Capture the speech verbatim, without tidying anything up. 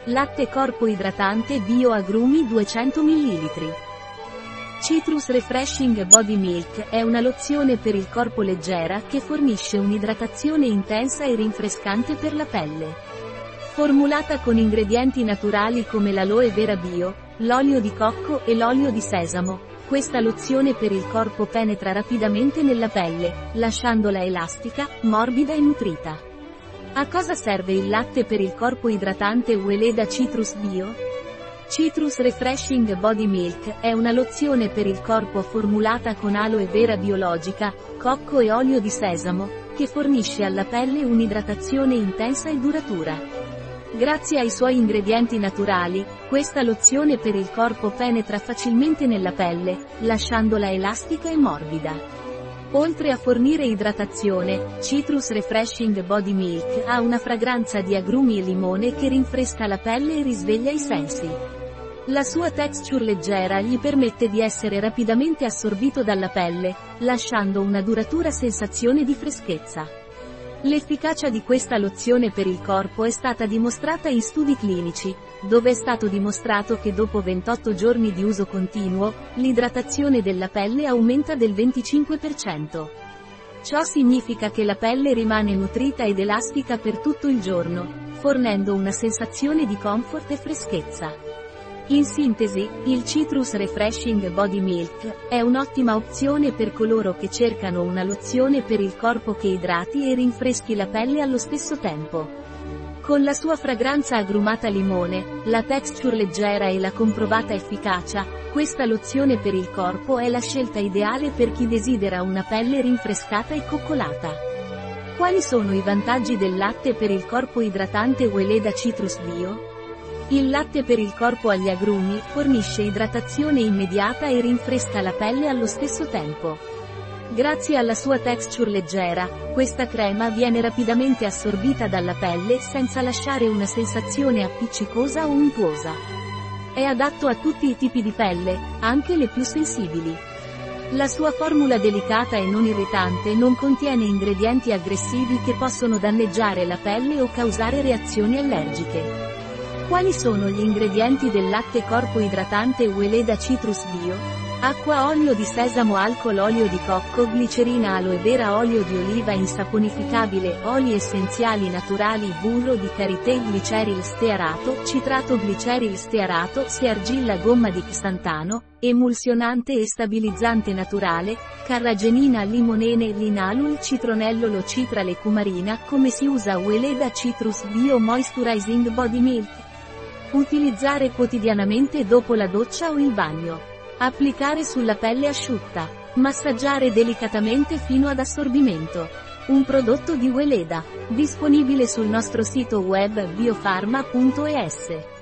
Latte corpo idratante Bio Agrumi duecento millilitri. Citrus Refreshing Body Milk è una lozione per il corpo leggera che fornisce un'idratazione intensa e rinfrescante per la pelle. Formulata con ingredienti naturali come l'aloe vera bio, l'olio di cocco e l'olio di sesamo, questa lozione per il corpo penetra rapidamente nella pelle, lasciandola elastica, morbida e nutrita. A cosa serve il latte per il corpo idratante Weleda Citrus Bio? Citrus Refreshing Body Milk è una lozione per il corpo formulata con aloe vera biologica, cocco e olio di sesamo, che fornisce alla pelle un'idratazione intensa e duratura. Grazie ai suoi ingredienti naturali, questa lozione per il corpo penetra facilmente nella pelle, lasciandola elastica e morbida. Oltre a fornire idratazione, Citrus Refreshing Body Milk ha una fragranza di agrumi e limone che rinfresca la pelle e risveglia i sensi. La sua texture leggera gli permette di essere rapidamente assorbito dalla pelle, lasciando una duratura sensazione di freschezza. L'efficacia di questa lozione per il corpo è stata dimostrata in studi clinici, dove è stato dimostrato che dopo ventotto giorni di uso continuo, l'idratazione della pelle aumenta del venticinque per cento. Ciò significa che la pelle rimane nutrita ed elastica per tutto il giorno, fornendo una sensazione di comfort e freschezza. In sintesi, il Citrus Refreshing Body Milk è un'ottima opzione per coloro che cercano una lozione per il corpo che idrati e rinfreschi la pelle allo stesso tempo. Con la sua fragranza agrumata limone, la texture leggera e la comprovata efficacia, questa lozione per il corpo è la scelta ideale per chi desidera una pelle rinfrescata e coccolata. Quali sono i vantaggi del latte per il corpo idratante Weleda Citrus Bio? Il latte per il corpo agli agrumi fornisce idratazione immediata e rinfresca la pelle allo stesso tempo. Grazie alla sua texture leggera, questa crema viene rapidamente assorbita dalla pelle senza lasciare una sensazione appiccicosa o untuosa. È adatto a tutti i tipi di pelle, anche le più sensibili. La sua formula delicata e non irritante non contiene ingredienti aggressivi che possono danneggiare la pelle o causare reazioni allergiche. Quali sono gli ingredienti del latte corpo idratante Weleda Citrus Bio? Acqua, olio di sesamo, alcol, olio di cocco, glicerina, aloe vera, olio di oliva insaponificabile, oli essenziali naturali, burro di karité, gliceril stearato, citrato gliceril stearato, seargilla, gomma di xantano, emulsionante e stabilizzante naturale, carragenina, limonene, linalol, citronellolo, citrale, cumarina. Come si usa Weleda Citrus Bio Moisturizing Body Milk? Utilizzare quotidianamente dopo la doccia o il bagno. Applicare sulla pelle asciutta. Massaggiare delicatamente fino ad assorbimento. Un prodotto di Weleda, disponibile sul nostro sito web biofarma punto es.